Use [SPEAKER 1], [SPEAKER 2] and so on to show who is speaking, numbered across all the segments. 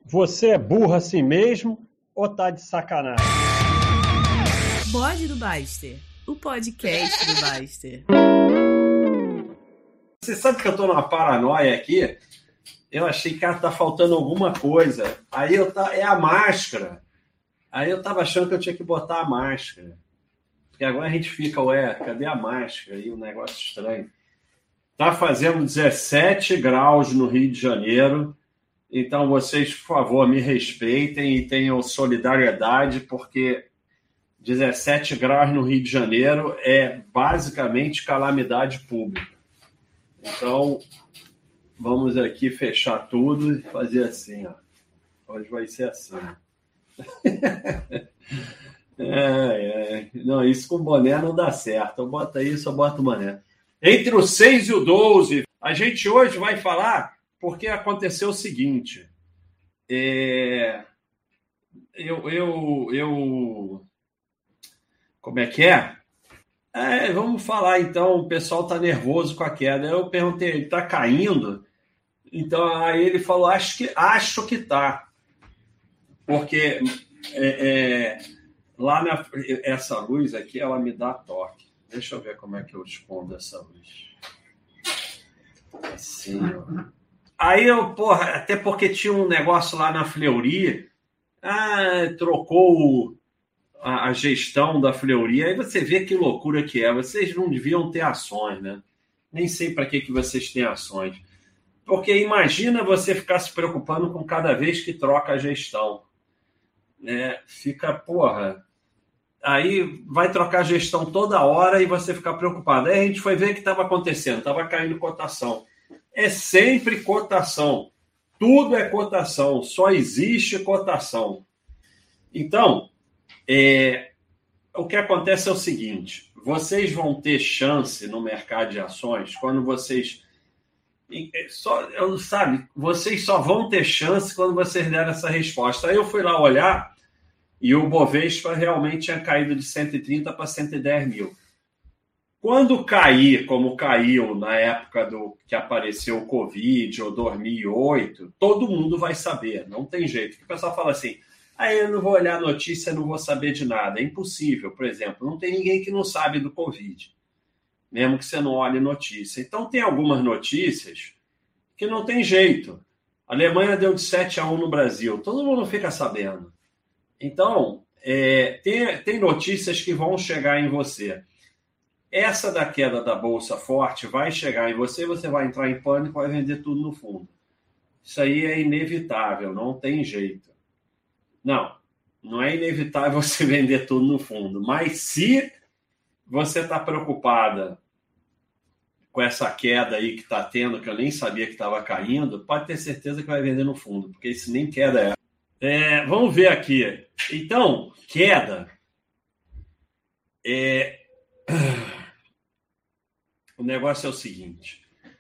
[SPEAKER 1] Você é burro assim mesmo ou tá de sacanagem?
[SPEAKER 2] Bode do Baster, o podcast do Baster.
[SPEAKER 3] Você sabe que eu tô numa paranoia aqui? Eu achei que tá faltando alguma coisa. Aí é a máscara. Aí eu tava achando que eu tinha que botar a máscara. Porque agora a gente fica, cadê a máscara? Aí um negócio estranho. Tá fazendo 17 graus no Rio de Janeiro. Então vocês, por favor, me respeitem e tenham solidariedade, porque 17 graus no Rio de Janeiro é basicamente calamidade pública. Então, vamos aqui fechar tudo e fazer assim, ó. Hoje vai ser assim. Não, isso com boné não dá certo. Eu boto isso, eu boto o boné. Entre o 6 e o 12, a gente hoje vai falar porque aconteceu o seguinte. Como é que é? Vamos falar então, o pessoal está nervoso com a queda. Eu perguntei, ele está caindo? Então, aí ele falou, acho que tá. Porque essa luz aqui, ela me dá toque. Deixa eu ver como é que eu escondo essa luz. Assim, ó. Aí até porque tinha um negócio lá na Fleury, trocou a gestão da Fleury, aí você vê que loucura que é. Vocês não deviam ter ações, né? Nem sei para que vocês têm ações. Porque imagina você ficar se preocupando com cada vez que troca a gestão. Fica, aí vai trocar a gestão toda hora e você fica preocupado. Aí a gente foi ver o que estava acontecendo, estava caindo cotação. É sempre cotação. Tudo é cotação, só existe cotação. Então, o que acontece é o seguinte, vocês vão ter chance no mercado de ações quando vocês... vocês só vão ter chance quando vocês derem essa resposta. Aí eu fui lá olhar e o Bovespa realmente tinha caído de 130 para 110 mil. Quando cair, como caiu na época que apareceu o Covid, ou 2008, todo mundo vai saber, não tem jeito. O pessoal fala assim, eu não vou olhar a notícia, não vou saber de nada. É impossível, por exemplo, não tem ninguém que não sabe do Covid, mesmo que você não olhe notícia. Então tem algumas notícias que não tem jeito. A Alemanha deu de 7-1 no Brasil, todo mundo fica sabendo. Então, tem notícias que vão chegar em você. Essa da queda da Bolsa forte vai chegar em você, você vai entrar em pânico, vai vender tudo no fundo. Isso aí é inevitável, não tem jeito. Não é inevitável você vender tudo no fundo, mas se você está preocupada com essa queda aí que está tendo, que eu nem sabia que estava caindo, pode ter certeza que vai vender no fundo, porque isso nem queda é. Vamos ver aqui. Então, queda. O negócio é o seguinte.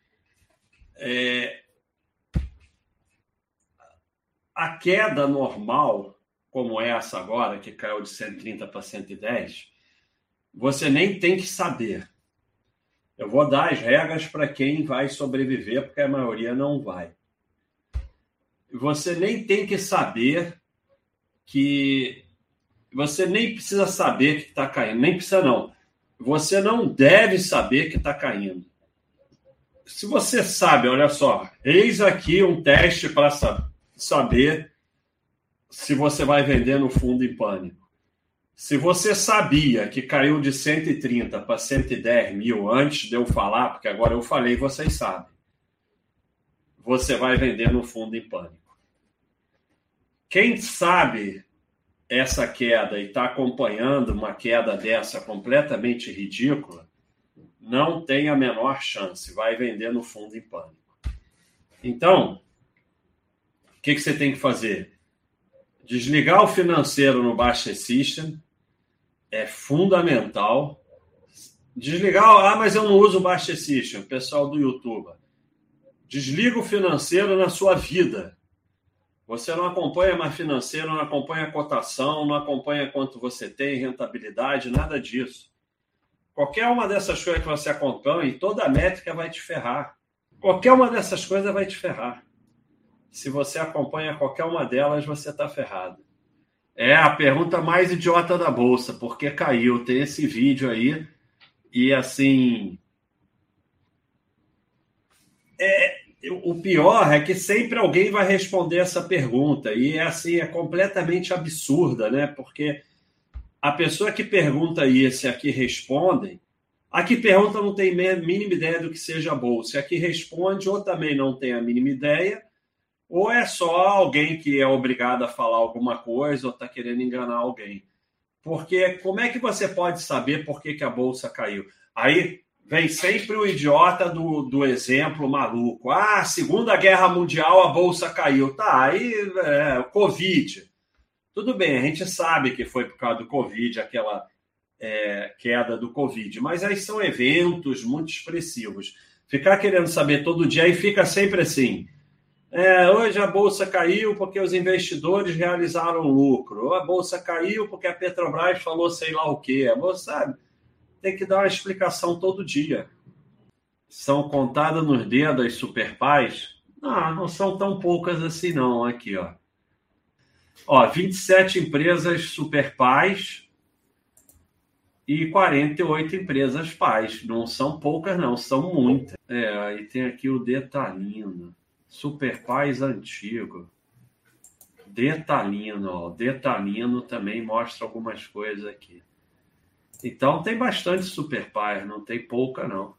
[SPEAKER 3] A queda normal, como essa agora, que caiu de 130 para 110, você nem tem que saber. Eu vou dar as regras para quem vai sobreviver, porque a maioria não vai. Você nem tem que saber que... Você nem precisa saber que está caindo. Nem precisa, não. Você não deve saber que está caindo. Se você sabe, olha só, eis aqui um teste para saber se você vai vender no fundo em pânico. Se você sabia que caiu de 130 para 110 mil antes de eu falar, porque agora eu falei, vocês sabem, você vai vender no fundo em pânico. Quem sabe essa queda e está acompanhando uma queda dessa completamente ridícula, não tem a menor chance, vai vender no fundo em pânico. Então, o que você tem que fazer? Desligar o financeiro no Baixa System é fundamental. Desligar, mas eu não uso o Baixa System, pessoal do YouTube. Desliga o financeiro na sua vida. Você não acompanha mais financeiro, não acompanha a cotação, não acompanha quanto você tem, rentabilidade, nada disso. Qualquer uma dessas coisas que você acompanha, toda a métrica vai te ferrar. Qualquer uma dessas coisas vai te ferrar. Se você acompanha qualquer uma delas, você está ferrado. É a pergunta mais idiota da Bolsa, porque caiu. Tem esse vídeo aí e, assim... O pior é que sempre alguém vai responder essa pergunta e, assim, é completamente absurda, né? Porque a pessoa que pergunta isso e a que respondem, a que pergunta não tem a mínima ideia do que seja a Bolsa. A que responde ou também não tem a mínima ideia, ou é só alguém que é obrigado a falar alguma coisa ou está querendo enganar alguém. Porque como é que você pode saber por que a Bolsa caiu? Aí vem sempre o idiota do exemplo maluco. Segunda Guerra Mundial, a Bolsa caiu. Tá, aí o Covid. Tudo bem, a gente sabe que foi por causa do Covid, aquela queda do Covid, mas aí são eventos muito expressivos. Ficar querendo saber todo dia, aí fica sempre assim... hoje a Bolsa caiu porque os investidores realizaram lucro. Ou a Bolsa caiu porque a Petrobras falou sei lá o quê. A Bolsa, sabe, tem que dar uma explicação todo dia. São contadas nos dedos as super pais? Não são tão poucas assim não. Aqui, ó. 27 empresas super pais e 48 empresas pais. Não são poucas não, são muitas. Aí tem aqui o detalhinho. Super pais antigo. Detalhino. Detalhino também mostra algumas coisas aqui. Então tem bastante super pais, não tem pouca não.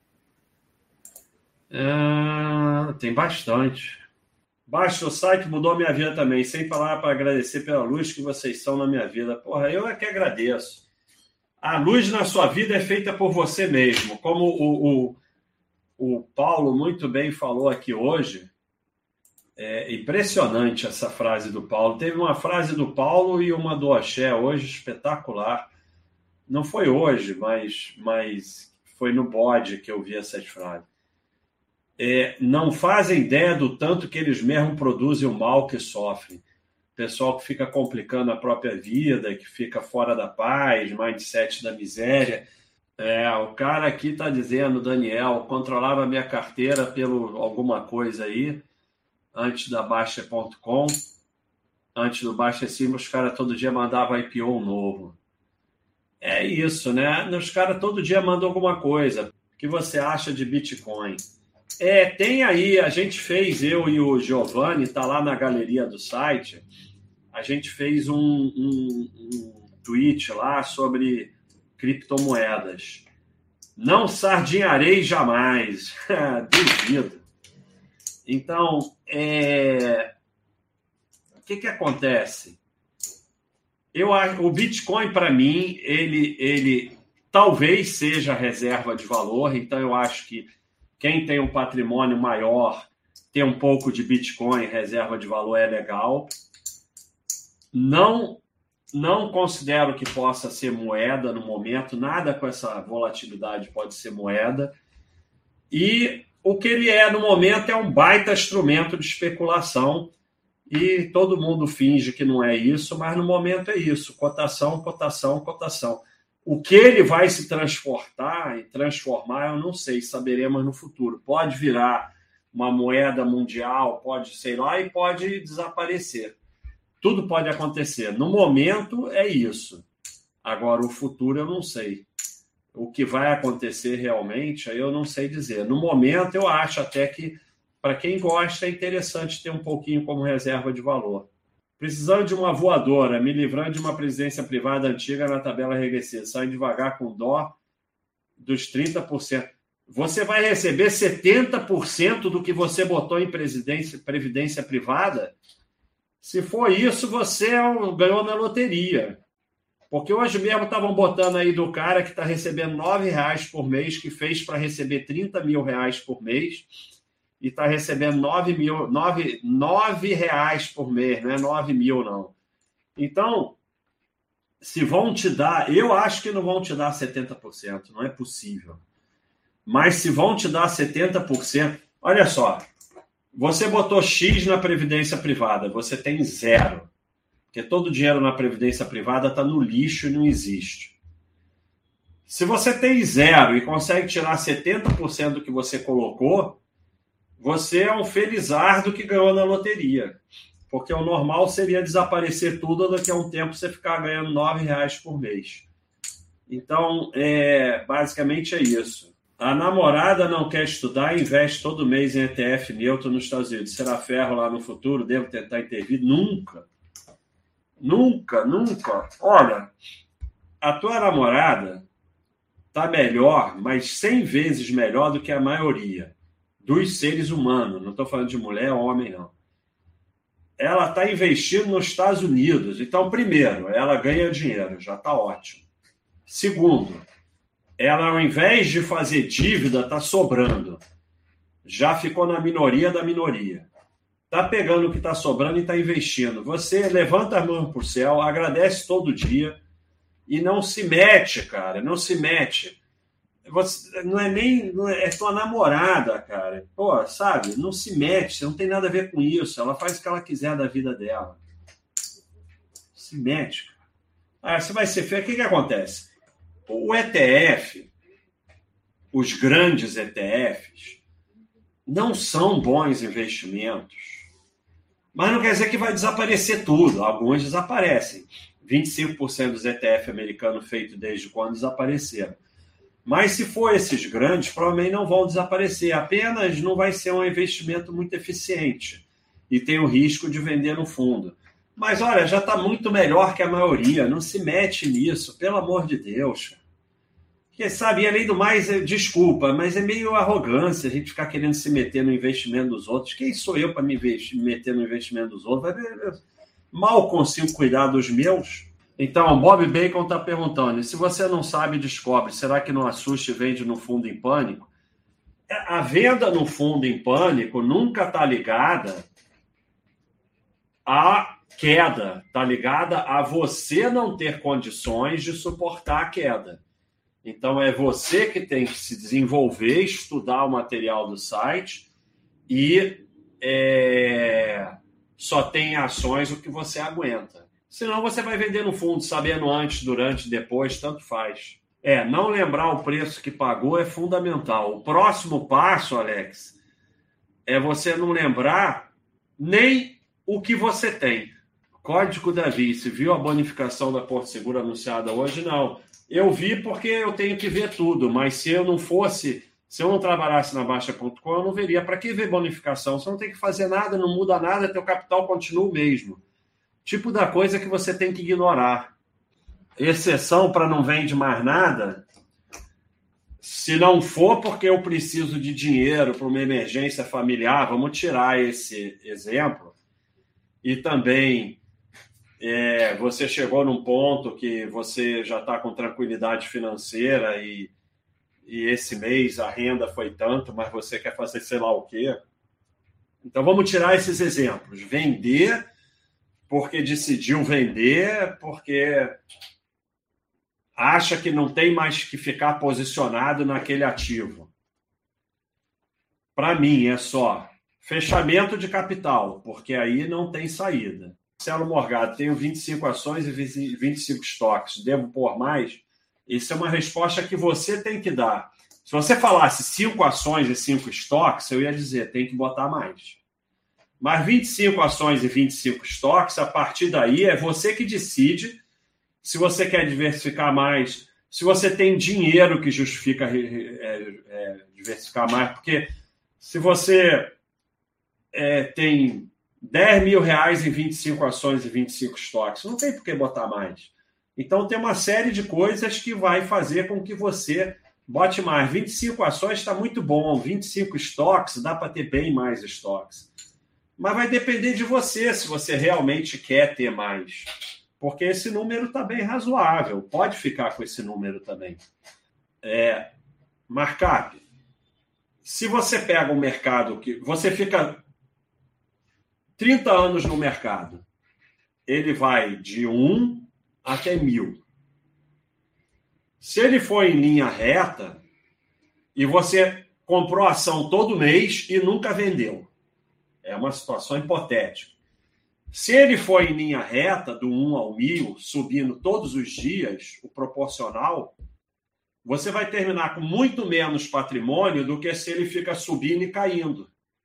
[SPEAKER 3] Tem bastante. Baixa o site, mudou minha vida também. Sem falar para agradecer pela luz que vocês são na minha vida. Porra, eu é que agradeço. A luz na sua vida é feita por você mesmo. Como o Paulo muito bem falou aqui hoje, é impressionante essa frase do Paulo. Teve uma frase do Paulo e uma do Axé hoje espetacular. Não foi hoje, mas foi no bode que eu vi essas frases. Não fazem ideia do tanto que eles mesmos produzem o mal que sofrem. Pessoal que fica complicando a própria vida, que fica fora da paz, mindset da miséria. O cara aqui está dizendo, Daniel, controlava minha carteira pelo alguma coisa aí, antes da Baixa.com, antes do Baixa Cima, os caras todo dia mandavam IPO novo. É isso, né? Os caras todo dia mandam alguma coisa. O que você acha de Bitcoin? Tem aí, a gente fez, eu e o Giovanni, está lá na galeria do site, a gente fez um tweet lá sobre criptomoedas. Não sardinharei jamais. Duvido. Então, o que acontece? Eu acho, o Bitcoin, para mim, ele talvez seja reserva de valor. Então, eu acho que quem tem um patrimônio maior, ter um pouco de Bitcoin, reserva de valor, é legal. Não considero que possa ser moeda no momento. Nada com essa volatilidade pode ser moeda. E o que ele é no momento é um baita instrumento de especulação. E todo mundo finge que não é isso, mas no momento é isso. Cotação, cotação, cotação. O que ele vai se transformar, eu não sei, saberemos no futuro. Pode virar uma moeda mundial, pode, sei lá, e pode desaparecer. Tudo pode acontecer. No momento é isso. Agora, o futuro eu não sei. O que vai acontecer realmente, eu não sei dizer. No momento, eu acho até que, para quem gosta, é interessante ter um pouquinho como reserva de valor. Precisando de uma voadora, me livrando de uma presidência privada antiga na tabela regressiva. Sai devagar com dó dos 30%. Você vai receber 70% do que você botou em previdência privada? Se for isso, você ganhou na loteria. Porque hoje mesmo estavam botando aí do cara que está recebendo R$9 por mês, que fez para receber R$30 mil por mês, e está recebendo R$9 por mês, não é 9 mil, não. Então, se vão te dar... Eu acho que não vão te dar 70%, não é possível. Mas se vão te dar 70%... Olha só, você botou X na previdência privada, você tem 0. Porque todo dinheiro na previdência privada está no lixo e não existe. Se você tem 0 e consegue tirar 70% do que você colocou, você é um felizardo que ganhou na loteria. Porque o normal seria desaparecer tudo ou daqui a um tempo você ficar ganhando R$9 por mês. Então, basicamente é isso. A namorada não quer estudar e investe todo mês em ETF neutro nos Estados Unidos. Será ferro lá no futuro? Devo tentar intervir? Nunca. Nunca, nunca. Olha, a tua namorada está melhor, mas 100 vezes melhor do que a maioria dos seres humanos. Não estou falando de mulher ou homem, não. Ela está investindo nos Estados Unidos. Então, primeiro, ela ganha dinheiro, já está ótimo. Segundo, ela, ao invés de fazer dívida, está sobrando. Já ficou na minoria da minoria. Está pegando o que está sobrando e está investindo. Você levanta as mãos para o céu, agradece todo dia e não se mete, cara. Não se mete. Você, é tua namorada, cara. Pô, sabe? Não se mete, você não tem nada a ver com isso. Ela faz o que ela quiser da vida dela. Se mete, cara. Você vai ser feio. O que acontece? O ETF, os grandes ETFs, não são bons investimentos. Mas não quer dizer que vai desaparecer tudo. Alguns desaparecem. 25% dos ETF americanos feitos desde quando desapareceram. Mas se for esses grandes, provavelmente não vão desaparecer. Apenas não vai ser um investimento muito eficiente. E tem o risco de vender no fundo. Mas, olha, já está muito melhor que a maioria. Não se mete nisso, pelo amor de Deus. Porque, sabe, e além do mais, desculpa, mas é meio arrogância a gente ficar querendo se meter no investimento dos outros. Quem sou eu para me meter no investimento dos outros? Mal consigo cuidar dos meus. Então, Bob Bacon está perguntando, se você não sabe, descobre, será que no assuste vende no fundo em pânico? A venda no fundo em pânico nunca está ligada à queda, está ligada a você não ter condições de suportar a queda. Então, é você que tem que se desenvolver, estudar o material do site e só tem ações o que você aguenta. Senão você vai vender no fundo, sabendo antes, durante, depois, tanto faz. Não lembrar o preço que pagou é fundamental. O próximo passo, Alex, é você não lembrar nem o que você tem. Código Davi, se viu a bonificação da Porto Seguro anunciada hoje? Não. Eu vi porque eu tenho que ver tudo, mas se eu não trabalhasse na Baixa.com, eu não veria. Para que ver bonificação? Você não tem que fazer nada, não muda nada, teu capital continua o mesmo. Tipo da coisa que você tem que ignorar. Exceção para não vende mais nada, se não for porque eu preciso de dinheiro para uma emergência familiar, vamos tirar esse exemplo. E também você chegou num ponto que você já está com tranquilidade financeira e esse mês a renda foi tanto, mas você quer fazer sei lá o quê. Então vamos tirar esses exemplos. Vender porque decidiu vender, porque acha que não tem mais que ficar posicionado naquele ativo. Para mim, é só fechamento de capital, porque aí não tem saída. Marcelo Morgado, tenho 25 ações e 25 estoques, devo pôr mais? Isso é uma resposta que você tem que dar. Se você falasse 5 ações e 5 estoques, eu ia dizer, tem que botar mais. Mas 25 ações e 25 estoques, a partir daí é você que decide se você quer diversificar mais, se você tem dinheiro que justifica diversificar mais, porque se você tem R$10 mil em 25 ações e 25 estoques, não tem por que botar mais. Então tem uma série de coisas que vai fazer com que você bote mais. 25 ações está muito bom, 25 estoques, dá para ter bem mais estoques. Mas vai depender de você, se você realmente quer ter mais. Porque esse número está bem razoável. Pode ficar com esse número também. Markup. Se você pega um mercado que... Você fica 30 anos no mercado. Ele vai de 1 até 1000. Se ele for em linha reta e você comprou ação todo mês e nunca vendeu. É uma situação hipotética. Se ele for em linha reta, do 1 ao 1000, subindo todos os dias, o proporcional, você vai terminar com muito menos patrimônio do que se ele fica subindo e caindo.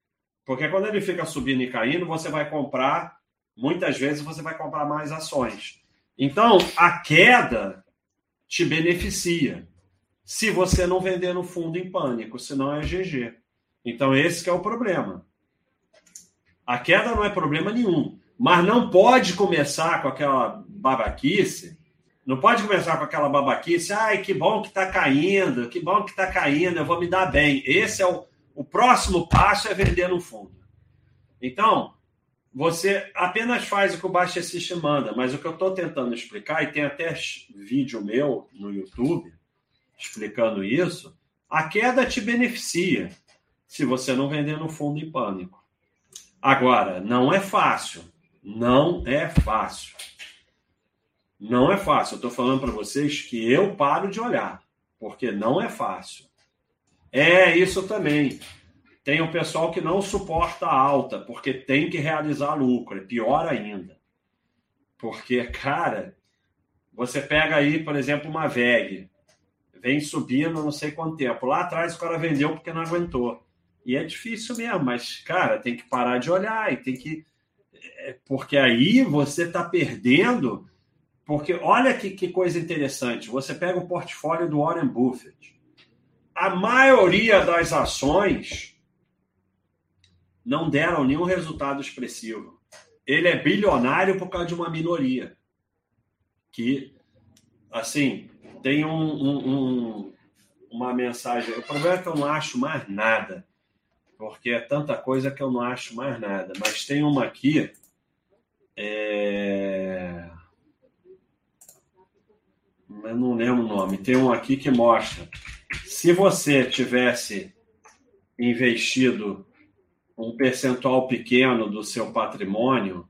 [SPEAKER 3] Porque quando ele fica subindo e caindo, você vai comprar, muitas vezes você vai comprar mais ações. Então, a queda te beneficia se você não vender no fundo em pânico, senão é GG. Então, esse que é o problema. A queda não é problema nenhum, mas não pode começar com aquela babaquice. Não pode começar com aquela babaquice. Ai, que bom que está caindo, que bom que está caindo, eu vou me dar bem. Esse é o próximo passo, é vender no fundo. Então, você apenas faz o que o Baixa System manda, mas o que eu estou tentando explicar, e tem até vídeo meu no YouTube explicando isso, a queda te beneficia se você não vender no fundo em pânico. Agora, não é fácil. Não é fácil. Não é fácil. Eu estou falando para vocês que eu paro de olhar, porque não é fácil. É isso também. Tem um pessoal que não suporta a alta, porque tem que realizar lucro. É pior ainda. Porque, cara, você pega aí, por exemplo, uma VEG, vem subindo não sei quanto tempo. Lá atrás o cara vendeu porque não aguentou. E é difícil mesmo, mas, cara, tem que parar de olhar e tem que... Porque aí você está perdendo... Porque olha que coisa interessante. Você pega o portfólio do Warren Buffett. A maioria das ações não deram nenhum resultado expressivo. Ele é bilionário por causa de uma minoria. Que, assim, tem uma mensagem. O problema é que eu não acho mais nada. Porque é tanta coisa que eu não acho mais nada. Mas tem uma aqui... Eu não lembro o nome. Tem um aqui que mostra. Se você tivesse investido um percentual pequeno do seu patrimônio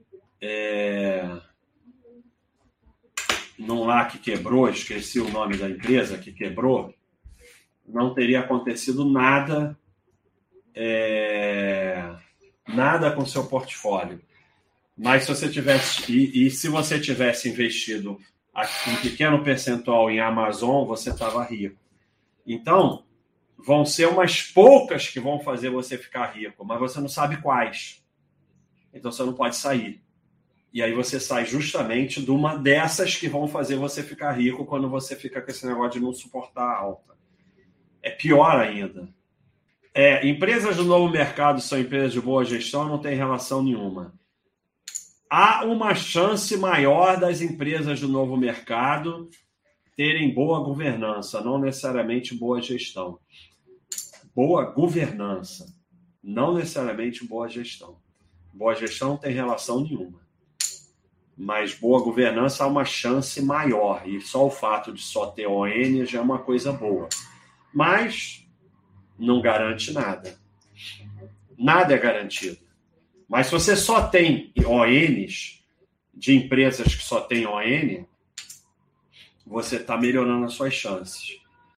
[SPEAKER 3] num lá que quebrou, esqueci o nome da empresa que quebrou, não teria acontecido nada com o seu portfólio. Mas se você tivesse se você tivesse investido um pequeno percentual em Amazon, você estava rico. Então, vão ser umas poucas que vão fazer você ficar rico, mas você não sabe quais. Então, você não pode sair. E aí você sai justamente de uma dessas que vão fazer você ficar rico quando você fica com esse negócio de não suportar a alta. É pior ainda. Empresas do novo mercado são empresas de boa gestão, não tem relação nenhuma. Há uma chance maior das empresas do novo mercado terem boa governança, não necessariamente boa gestão. Boa governança, não necessariamente boa gestão. Boa gestão não tem relação nenhuma. Mas boa governança há uma chance maior. E só o fato de só ter ON já é uma coisa boa. Mas não garante nada. Nada é garantido. Mas se você só tem ONs, de empresas que só têm ON, você está melhorando as suas chances.